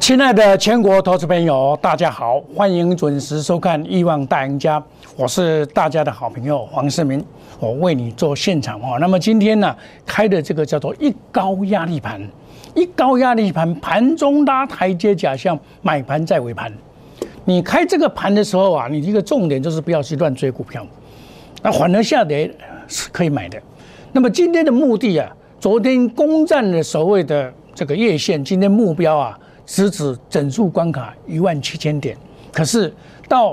亲爱的全国投资朋友，大家好，欢迎准时收看《亿万大赢家》，我是大家的好朋友黄世明，我为你做现场哦。那么今天呢，开的这个叫做一高压力盘，一高压力盘，盘中拉台阶假象，买盘在尾盘。你开这个盘的时候啊，你一个重点就是不要去乱追股票，那反而下跌是可以买的。那么今天的目的啊，昨天攻占了所谓的这个月线，今天目标啊。直指整数关卡17000点，可是到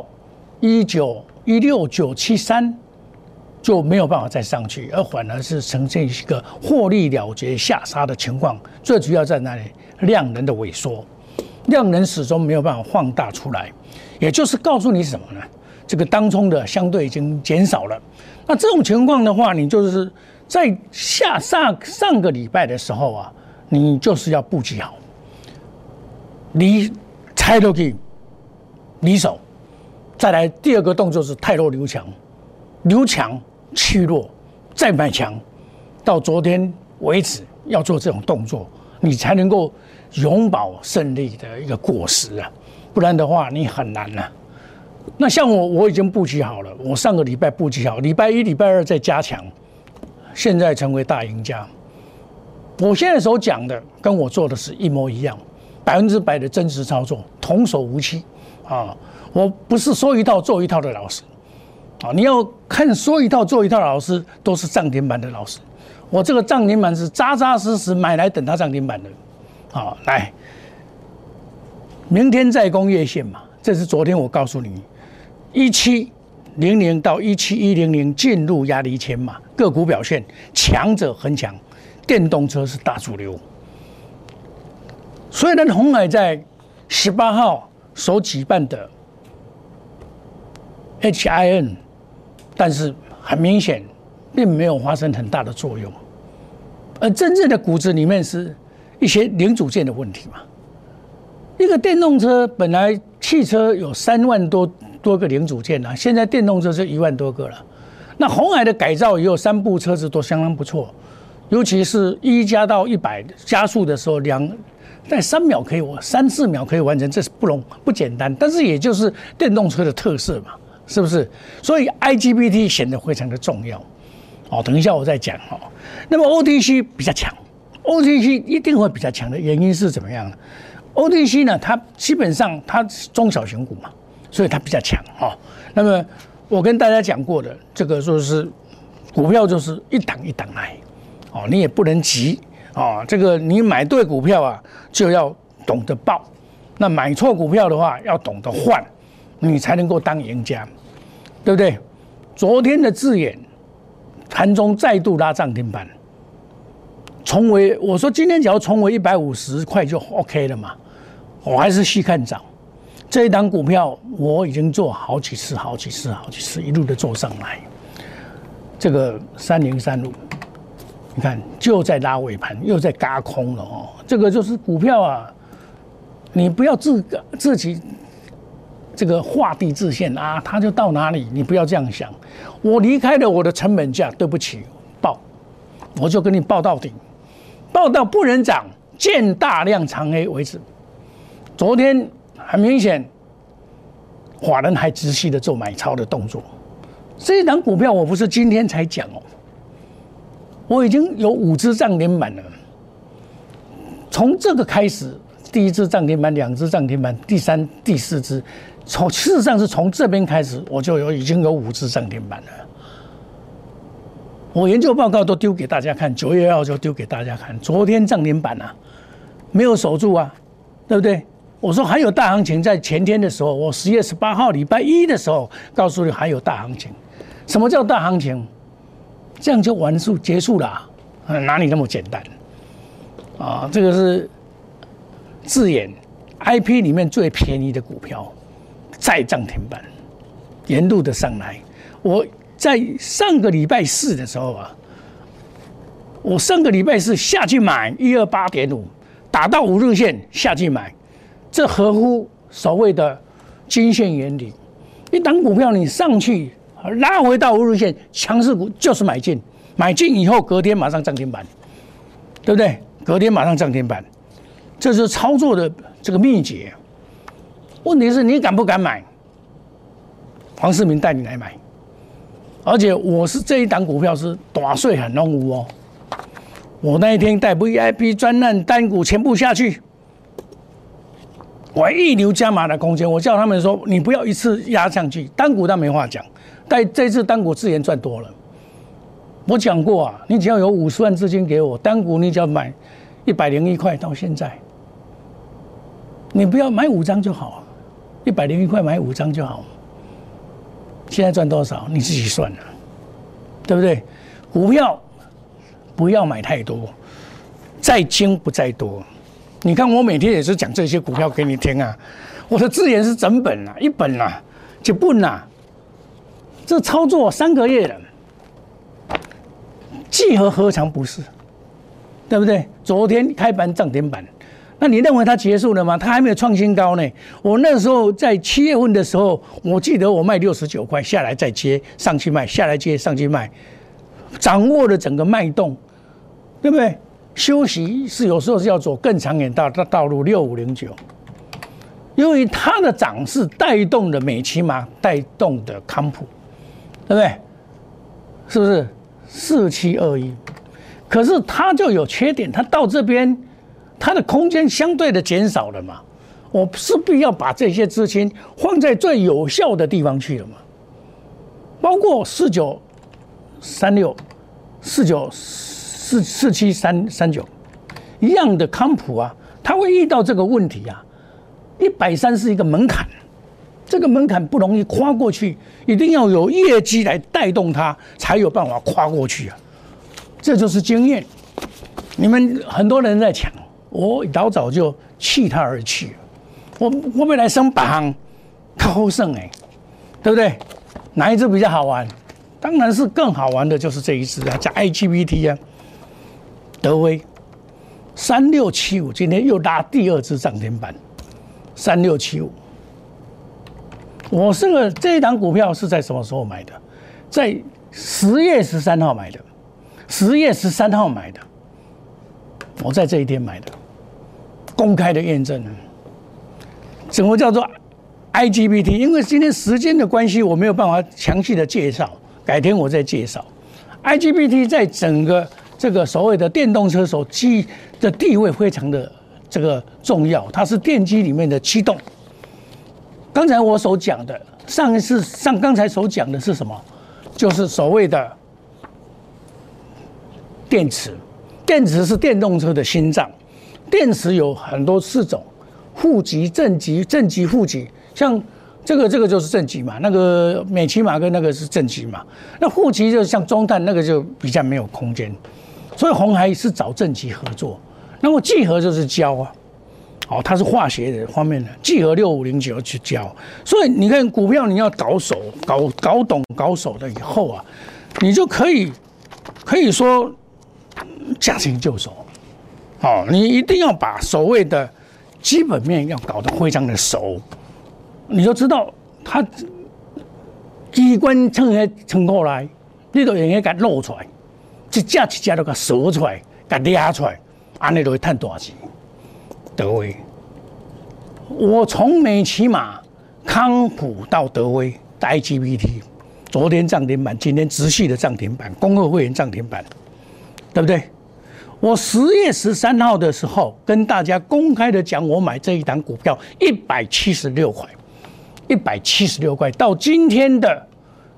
16973就没有办法再上去，而反而是呈现一个获利了结下杀的情况。最主要在哪里？量能的萎缩，量能始终没有办法放大出来，也就是告诉你什么呢？这个当冲的相对已经减少了。那这种情况的话，你就是在上个礼拜的时候啊，你就是要布局好。你拆落去，离手，再来第二个动作是太弱留强，留强去弱，再买强，到昨天为止要做这种动作，你才能够永保胜利的一个果实啊，不然的话你很难啊。那像我已经布局好了，我上个礼拜布局好，礼拜一、礼拜二再加强，现在成为大赢家。我现在所讲的跟我做的是一模一样。100%的真实操作，童叟无欺啊！我不是说一套做一套的老师啊！你要看说一套做一套的老师，都是涨停板的老师。我这个涨停板是扎扎实实买来等它涨停板的。好，来，明天再攻月线嘛，这是昨天我告诉你，1700到17100进入压力圈嘛，个股表现强者恒强，电动车是大主流。虽然鸿海在18号所举办的 HIN， 但是很明显并没有发生很大的作用，而真正的骨子里面是一些零组件的问题嘛。一个电动车本来汽车有3万多个零组件啊，现在电动车是1万多个了。那鸿海的改造也有3部车子都相当不错，尤其是1加到100加速的时候在3秒可以3、4秒可以完成，这是不简单，但是也就是电动车的特色嘛，是不是？所以 IGBT 显得非常的重要。哦，等一下我再讲哦。那么 OTC 比较强 ，OTC 一定会比较强的原因是怎么样呢 ？OTC 呢，它基本上它是中小型股嘛，所以它比较强哦。那么我跟大家讲过的，这个就是股票就是一档一档来，哦，你也不能急。哦，这个你买对股票啊，就要懂得报；那买错股票的话，要懂得换，你才能够当赢家，对不对？昨天的智原盘中再度拉涨停板，重回我说今天只要重回150块就 OK 了嘛，我还是细看涨。这一档股票我已经做好几次，一路的做上来。这个3035。你看，就在拉尾盘，又在轧空了哦。这个就是股票啊，你不要自己这个画地自限啊，它就到哪里，你不要这样想。我离开了我的成本价，对不起，报，我就跟你报到底，报到不能涨，见大量长黑为止。昨天很明显，法人还持续的做买超的动作。这一档股票我不是今天才讲哦。我已经有5只涨停板了，从这个开始，第1只涨停板，2只涨停板，第3、第4只，事实上是从这边开始，我就已经有5只涨停板了。我研究报告都丢给大家看，9月2号就丢给大家看，昨天涨停板啊，没有守住啊，对不对？我说还有大行情，在前天的时候，我10月18号礼拜一的时候告诉你还有大行情。什么叫大行情？这样就结束了哪里那么简单啊？这个是智原 IP 里面最便宜的股票，再涨停板，沿路的上来。我在上个礼拜4的时候啊，我上个礼拜4下去买128.5，打到5日线下去买，这合乎所谓的均线原理。一档股票你上去。拉回到5日线，强势股就是买进，买进以后隔天马上涨停板，对不对？隔天马上涨停板，这是操作的这个秘诀。问题是你敢不敢买？黄世明带你来买，而且我是这一档股票是大税很拢有哦。我那一天带 VIP 专案单股全部下去，我一流加码的空间。我叫他们说，你不要一次压上去，单股倒没话讲，但这次单股自然赚多了。我讲过啊，你只要有50万资金给我，单股你只要买101块到现在，你不要买5张就好，101块买5张就好。现在赚多少你自己算了，对不对？股票不要买太多，再精不在多。你看我每天也是讲这些股票给你听啊，我的资源是整本啊，1本啊，1本啊，这操作3个月了。季合何尝不是，对不对？昨天开盘涨停板，那你认为它结束了吗？它还没有创新高呢。我那时候在7月份的时候，我记得我卖69块，下来再接上去卖，下来接上去卖，掌握了整个脉动，对不对？休息是有时候是要走更长远道路6509，因为它的涨势带动的美骑马，带动的康普，对不对？是不是4721？可是它就有缺点，它到这边，它的空间相对的减少了嘛。我势必要把这些资金放在最有效的地方去了嘛，包括4936、4739一样的康普啊，它会遇到这个问题啊。130是一个门槛，这个门槛不容易跨过去，一定要有业绩来带动它，才有办法跨过去啊。这就是经验。你们很多人在抢，我老早就弃他而去了。我未来升8行，他好胜哎，对不对？哪一只比较好玩？当然是更好玩的就是这一只啊，叫 IGBT 啊，德威3675，今天又拉第2只涨停板，3675。我这一档股票是在什么时候买的？在10月13号买的，10月13号买的，我在这一天买的，公开的验证。什么叫做 IGBT？ 因为今天时间的关系，我没有办法详细的介绍，改天我再介绍。IGBT 在整个这个所谓的电动车手机的地位非常的这个重要，它是电机里面的驱动。刚才我所讲的，刚才所讲的是什么？就是所谓的电池。电池是电动车的心脏。电池有很多4种，负极、正极、正极、负极。像这个就是正极嘛，那个美骑马跟那个是正极嘛。那负极就像中碳，那个就比较没有空间。所以鸿海是找正极合作。那么聚合就是胶啊。哦，它是化学的方面的，聚合6509去教，所以你看股票你要搞懂搞手了以后啊，你就可以说驾轻就熟。哦，你一定要把所谓的基本面要搞得非常的熟，你就知道它机关撑过来，你就用它露出来，一只都给熟出来，给抓出来，安尼就会赚大钱。德威，我从美骑马、康普到德威到 IGBT， 昨天涨停板，今天持续的涨停板，恭贺会员涨停板，对不对？我10月13号的时候跟大家公开的讲，我买这一档股票176块，176块到今天的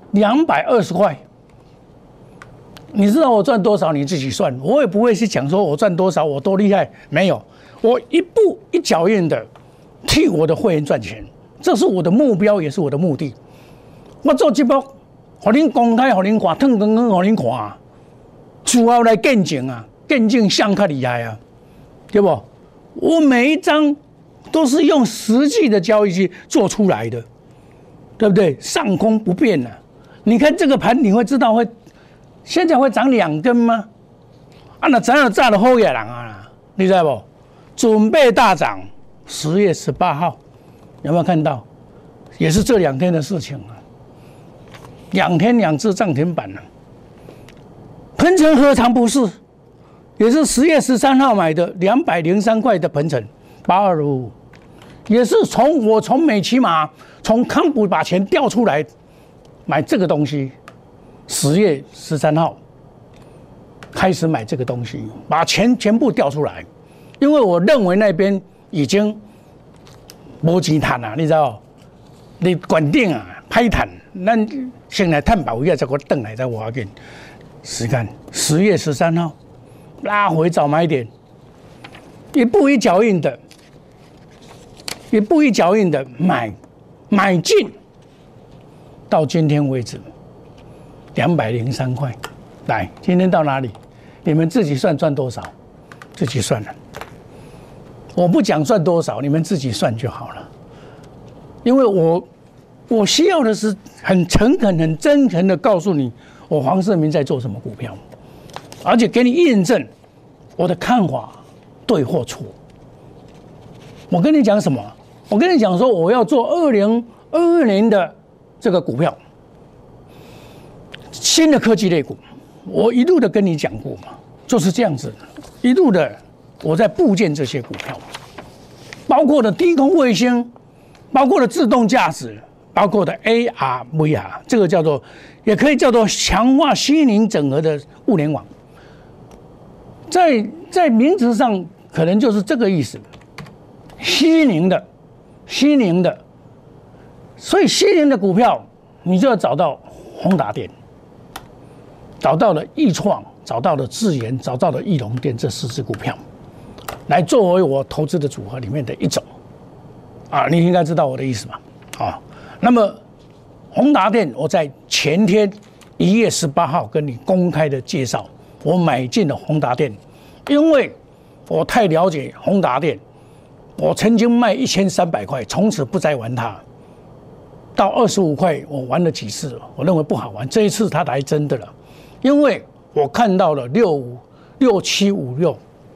220块。你知道我赚多少？你自己算。我也不会去讲说我赚多少，我多厉害，没有。我一步一脚印的替我的会员赚钱，这是我的目标，也是我的目的。我做节目，让您公开，让您看，腾腾腾，让您看，主要来见证啊，见证上较厉害啊，对不？我每一张都是用实际的交易去做出来的，对不对？上空不变啊。你看这个盘，你会知道现在会涨2根吗？啊，那涨了炸的后野人啊，你知道不？准备大涨，10月18号，有没有看到？也是这2天的事情啊。2天2只涨停板了，鹏程何尝不是？也是10月13号买的203块的鹏程，8255， 也是我从美骑马从康普把钱调出来买这个东西，10月13号开始买这个东西，把钱全部调出来，因为我认为那边已经没钱赚啊，你知道？你管定啊，歹赚，咱先来赚保险，再给我等来再挖紧。时间10月13号拉回早买点，一步一脚印的。一步一脚印的买进，到今天为止203块。来，今天到哪里？你们自己算赚多少，自己算了。我不讲赚多少，你们自己算就好了。因为我需要的是很诚恳、很真诚的告诉你，我黄世明在做什么股票，而且给你验证我的看法对或错。我跟你讲什么？我跟你讲说，我要做2022年的这个股票，新的科技类股，我一路的跟你讲过嘛，就是这样子，一路的我在布建这些股票，包括的低空卫星，包括的自动驾驶，包括的 AR、VR， 这个叫做也可以叫做强化虚拟整合的物联网，在名词上可能就是这个意思。虚拟的，所以虚拟的股票，你就要找到宏达电，找到了易创，找到了智研，找到了义隆电这4只股票，来作为我投资的组合里面的一种，啊，你应该知道我的意思吧？啊，那么宏达电，我在前天1月18号跟你公开的介绍，我买进了宏达电，因为我太了解宏达电。我曾经卖1300块，从此不再玩它。到25块，我玩了几次了，我认为不好玩。这一次它来真的了，因为我看到了6756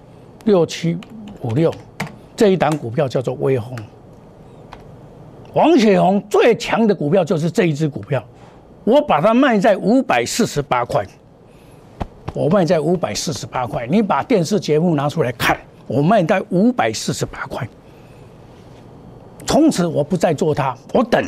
这一档股票叫做威宏。王雪红最强的股票就是这一只股票，我把它卖在548块，我卖在548块。你把电视节目拿出来看。我卖在548块，从此我不再做它，我等。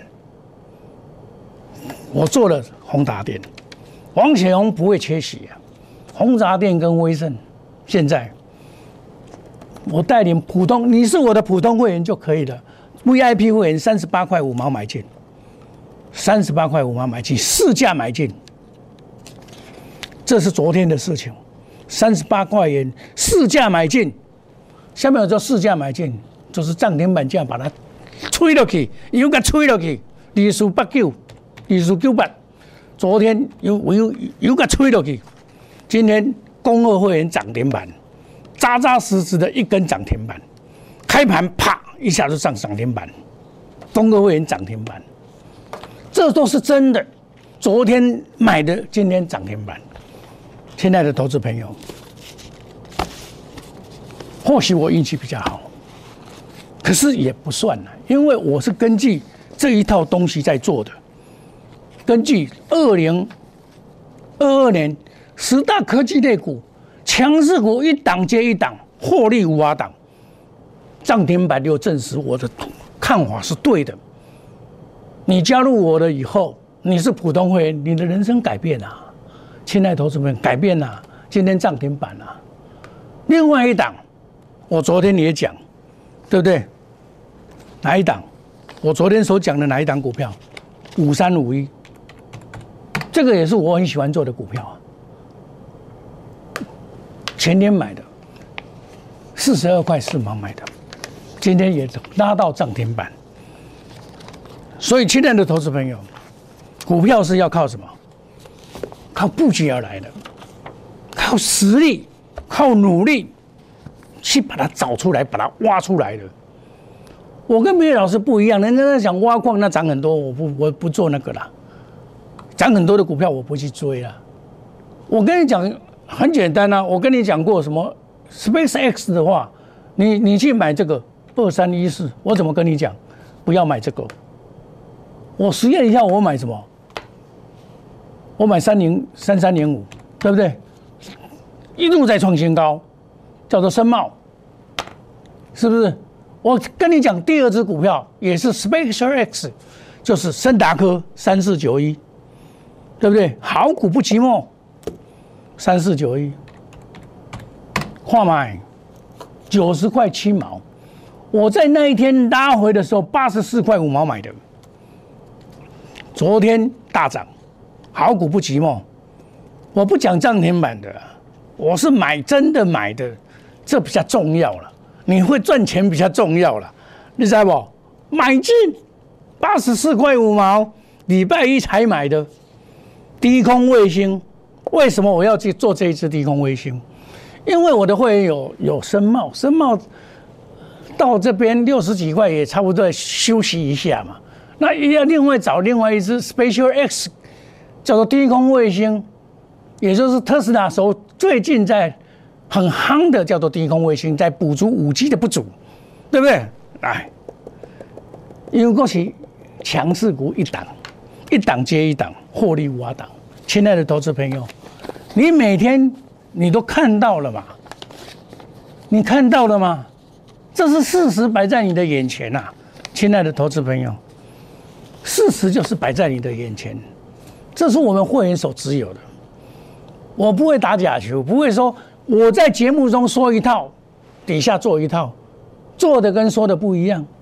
我做了宏达电，王雪红不会缺席啊。宏达电跟威盛，现在我带领普通，你是我的普通会员就可以了。VIP 会员38块5毛买进，38块5毛买进，市价买进，这是昨天的事情。38块元市价买进。下面有叫市价买进，就是涨停板价把它吹落去，又给吹落去，2489，2498，昨天又给吹落去，今天恭贺会员涨停板，扎扎实实的一根涨停板，开盘啪一下就上涨停板，恭贺会员涨停板，这都是真的，昨天买的，今天涨停板，亲爱的投资朋友。或许我运气比较好，可是也不算了，因为我是根据这一套东西在做的，根据2022年10大科技类股、强势股一档接一档，获利无法挡，涨停板就证实我的看法是对的。你加入我的以后，你是普通会员，你的人生改变了，亲爱的投资们改变了，今天涨停板了。另外一档。我昨天也讲，对不对？哪一档？我昨天所讲的哪一档股票？5351，这个也是我很喜欢做的股票啊。前天买的，42块4毛买的，今天也拉到涨停板。所以，亲爱的投资朋友，股票是要靠什么？靠布局而来的，靠实力，靠努力。去把它找出来，把它挖出来的。我跟别的老师不一样，人家在讲挖矿，那涨很多，我不做那个啦。涨很多的股票我不去追啦。我跟你讲很简单啊，我跟你讲过什么 SpaceX 的话，你去买这个2314，我怎么跟你讲？不要买这个。我实验一下，我买什么？我买3305，对不对？一路在创新高。叫做深茂，是不是？ 我跟你讲，第二只股票也是 Special X， 就是森达科3491，对不对？好股不寂寞，3491，换买90块7毛。我在那一天拉回的时候，84块5毛买的。昨天大涨，好股不寂寞。我不讲涨停板的，我是买真的买的，这比较重要了。你会赚钱比较重要了，你知道不？买进84块5毛，礼拜一才买的低空卫星。为什么我要去做这一支低空卫星？因为我的会员有深茂，深茂到这边60几块也差不多休息一下嘛。那也要另外找另外一支 Special X， 叫做低空卫星，也就是特斯拉手最近在很夯的叫做低空卫星，在补足5G 的不足，对不对？来，因为过去强势股一档接一档，获利无法挡。亲爱的投资朋友，你每天你都看到了嘛？你看到了吗？这是事实摆在你的眼前呐、亲爱的投资朋友。事实就是摆在你的眼前，这是我们会员所持有的。我不会打假球，不会说我在节目中说一套，底下做一套，做的跟说的不一样。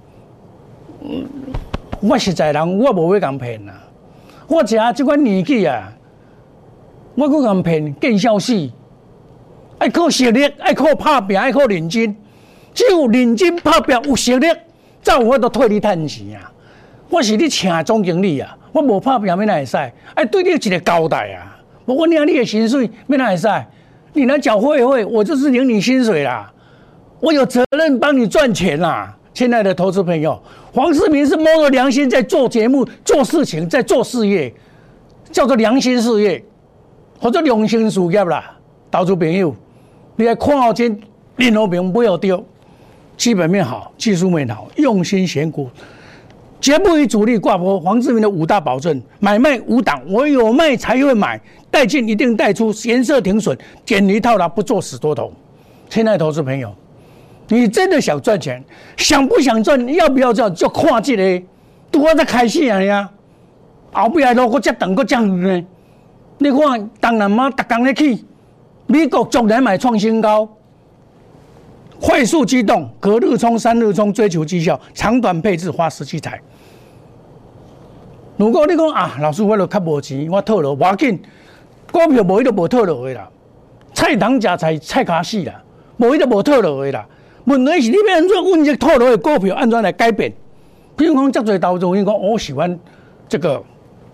我实在人，我不会讲骗呐。我吃这款年纪啊，我搁讲骗，见笑死。爱靠实力，爱靠打拼，爱靠认真。只有认真打拼，有实力，才有法度替你赚钱啊。我是你请的总经理啊，我无拍拼要哪会使？哎，对你一个交代啊！我领你的薪水要哪会使？你来缴会费，我就是领你薪水啦。我有责任帮你赚钱啦，亲爱的投资朋友。黄世明是摸着良心在做节目、做事情、在做事业，叫做良心事业，或者良心事业啦。投资朋友，你来看好真，任何病不要丢，基本面好，技术面好，用心选股。绝不与主力挂钩，黄志明的5大保证：买卖无档，我有卖才会买，带进一定带出，颜色停损，减离套牢，不做死多头。亲爱的投资朋友，你真的想赚钱，想不想赚，要不要赚，就看这个，拄好才开始呀，后边的路搁遮长搁遮远呢。你看东南亚逐工咧起，美国逐年买创新高。快速机动，隔日冲、3日冲，追求绩效，长短配置，花17台。如果你讲啊，老师我就较无钱，我套落无要紧，股票无伊就无套落的啦。菜堂食菜，菜卡死啦，无伊就无套落的啦。问题是你要安怎运这套落的股票，安怎来改变？比如讲，遮侪投资人讲，我喜欢这个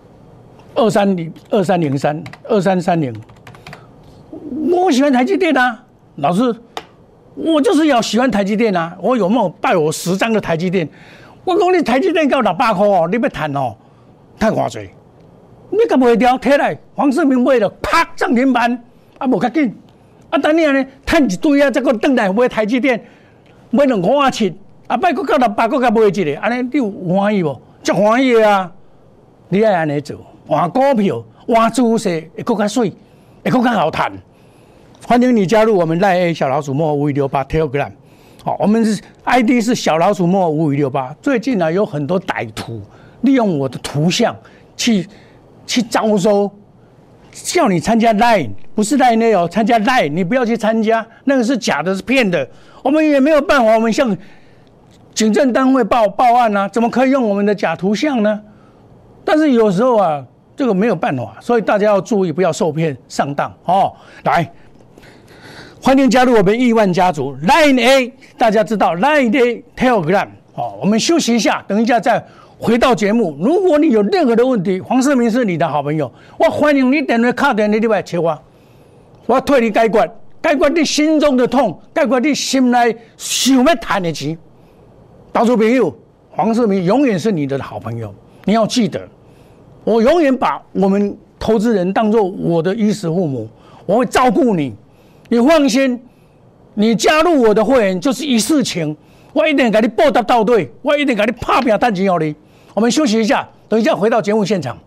2303、2330，我喜欢台积电啊，老师。我就是要喜欢台积电啊！我有没有带我10张的台积电？我讲你台积电到600块哦，你要谈哦，赚偌济？你甲卖掉摕来，黄世明买了，啪涨停板，啊无较紧，啊等你安尼赚一堆啊，再搁转来买台积电，买2块7，啊摆搁到600，搁甲买一个，安尼你有欢喜无？足欢喜啊！你爱安尼做，换股票，换姿势会搁较水，会搁较好赚。欢迎你加入我们赖 A 小老鼠莫5568 Telegram， 好，我们是 ID 是小老鼠莫5568。最近呢有很多歹徒利用我的图像去招收，叫你参加 Line， 不是 Line 哦，参加 Line， 你不要去参加，那个是假的，是骗的。我们也没有办法，我们向警政单位报案啊，怎么可以用我们的假图像呢？但是有时候啊，这个没有办法，所以大家要注意，不要受骗上当哦。来。欢迎加入我们亿万家族 Line A， 大家知道 Line A Telegram 哦。我们休息一下，等一下再回到节目。如果你有任何的问题，黄世明是你的好朋友，我欢迎你电话打电话来找我，我替你解决你心中的痛，解决你心内想要赚的钱。投资朋友，黄世明永远是你的好朋友，你要记得，我永远把我们投资人当作我的衣食父母，我会照顾你。你放心，你加入我的会员就是一事情，我一定给你报答到位，我一定给你打拼赚钱给你。我们休息一下，等一下回到节目现场。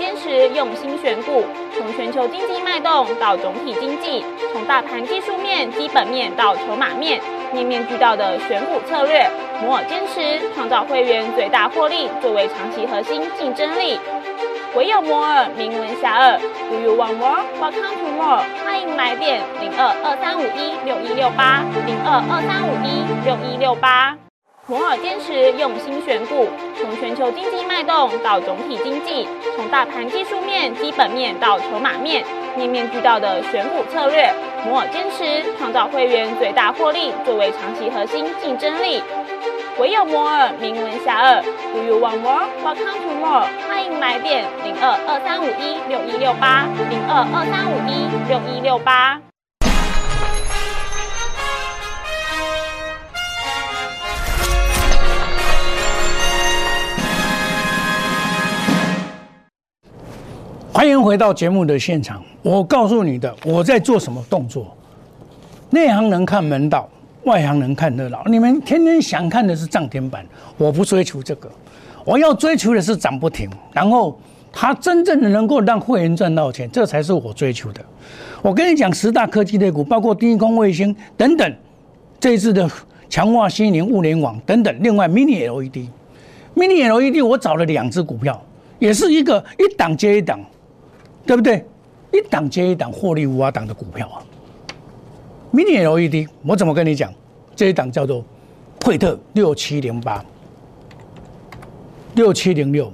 坚持，用心选股，从全球经济脉动到总体经济，从大盘技术面、基本面到筹码面，面面俱到的选股策略。摩尔坚持创造会员最大获利作为长期核心竞争力。唯有摩尔名闻遐迩。Do you want more? Welcome to more。欢迎来电02-2351-6168，02-2351-6168。摩尔坚持用心选股，从全球经济脉动到总体经济，从大盘技术面、基本面到筹码面，面面俱到的选股策略。摩尔坚持创造会员最大获利作为长期核心竞争力。唯有摩尔名闻遐迩。Do you want more? Welcome to more。欢迎来电02-2351-6168，02-2351-6168。 欢迎回到节目的现场。我告诉你的，我在做什么动作。内行人看门道，外行人看热闹。你们天天想看的是涨停板，我不追求这个，我要追求的是涨不停，然后它真正的能够让会员赚到钱，这才是我追求的。我跟你讲，10大科技类股，包括低空卫星等等，这一次的强化心灵物联网等等，另外 Mini LED，Mini LED 我找了2只股票，也是一档接一档，对不对？一档接一档获利无法挡的股票啊。Mini LED 我怎么跟你讲？这一档叫做惠特6706，6706，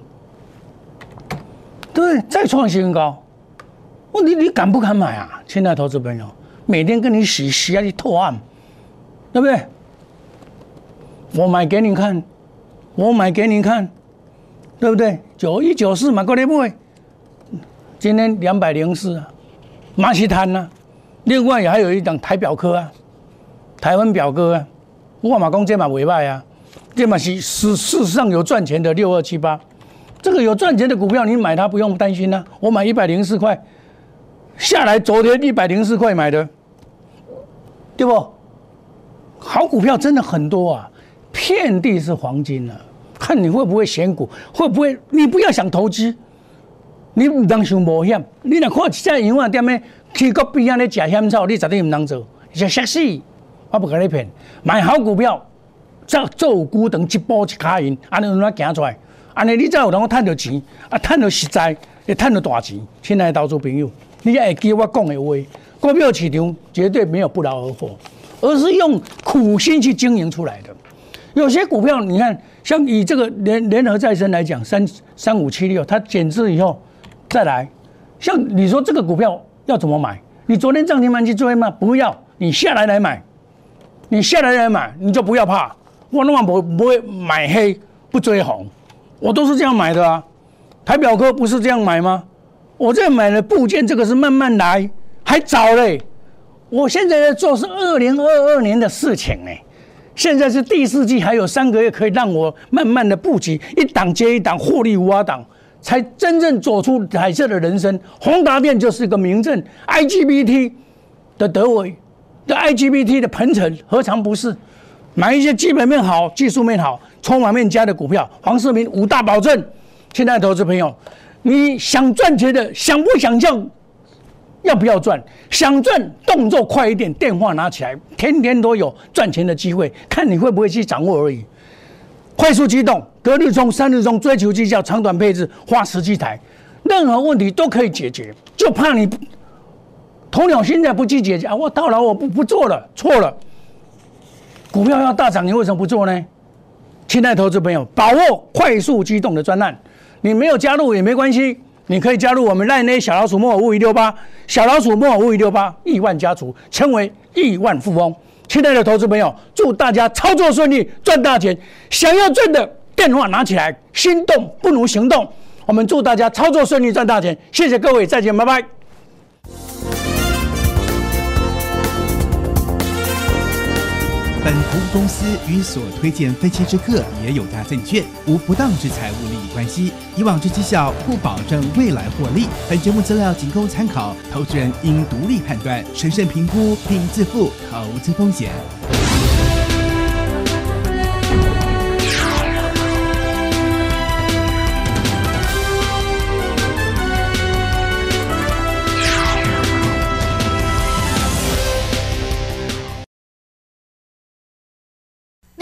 对，再创新高。你敢不敢买啊，亲爱的投资朋友？每天跟你洗下去透暗，对不对？我买给你看，对不对？9194买过来买，今天204啊，马西摊啊。另外还有一档台表科啊，台湾表哥啊，我嘛讲这嘛袂歹啊，这嘛是事实上有赚钱的6278，这个有赚钱的股票，你买它不用担心啊。我买104块，下来昨天104块买的，对不？好股票真的很多啊，遍地是黄金啊。看你会不会选股，会不会？你不要想投机，你唔当想冒险。你若看一只洋啊店咧，去隔壁咧食香草，你绝对唔当做，是吓死！我不跟你骗，买好股票，做股长一步一卡赢，安尼怎行出来？安尼你才有能够赚到钱，赚到实在，会赚到大钱。亲爱的投资朋友，你要会记我讲的话，股票市场绝对没有不劳而获，而是用苦心去经营出来的。有些股票，你看，像以这个联合再生来讲，3576，它减资以后再来，像你说这个股票要怎么买？你昨天涨停板去追吗？不要，你下来来买，你就不要怕。我那么不会买黑不追红，我都是这样买的啊。台表科不是这样买吗？我这买的部件，这个是慢慢来，还早嘞。我现在在做是2022年的事情哎。现在是第4季，还有3个月可以让我慢慢的布局，一档接一档，获利无法挡，才真正走出彩色的人生。宏达电就是一个明证 ，IGBT 的德伟的 IGBT 的鹏程，何尝不是？买一些基本面好、技术面好、筹码面佳的股票，黄世明5大保证。亲爱的投资朋友，你想赚钱的，想不想象？要不要赚？想赚，动作快一点，电话拿起来，天天都有赚钱的机会，看你会不会去掌握而已。快速机动，隔日冲、3日冲，追求绩效，长短配置，花17台，任何问题都可以解决，就怕你鸵鸟心态不去解决啊！我套牢，我不做了，错了。股票要大涨，你为什么不做呢？亲爱的投资朋友，把握快速机动的专案，你没有加入也没关系。你可以加入我们LINE小老鼠摩尔5168，小老鼠摩尔5168，亿万家族，成为亿万富翁。亲爱的投资朋友，祝大家操作顺利，赚大钱。想要赚的电话拿起来，心动不如行动。我们祝大家操作顺利，赚大钱。谢谢各位，再见，拜拜。 本服务公司与所推荐分期之客也有大证券无不当之财务利益关系，以往之绩效不保证未来获利。本节目资料仅供参考，投资人应独立判断、审慎评估并自负投资风险。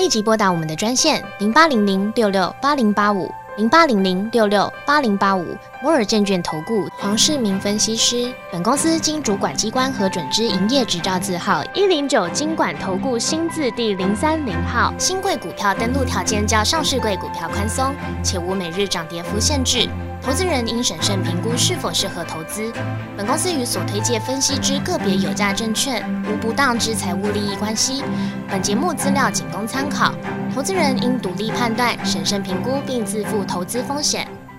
立即拨打我们的专线0800668085。0800668085，摩尔证券投顾黄世明分析师。本公司经主管机关核准之营业执照字号109金管投顾新字第030号。新贵股票登录条件较上市柜股票宽松，且无每日涨跌幅限制。投资人应审慎评估是否适合投资。本公司与所推介分析之个别有价证券无不当之财务利益关系。本节目资料仅供参考，投资人应独立判断、审慎评估并自负投资风险。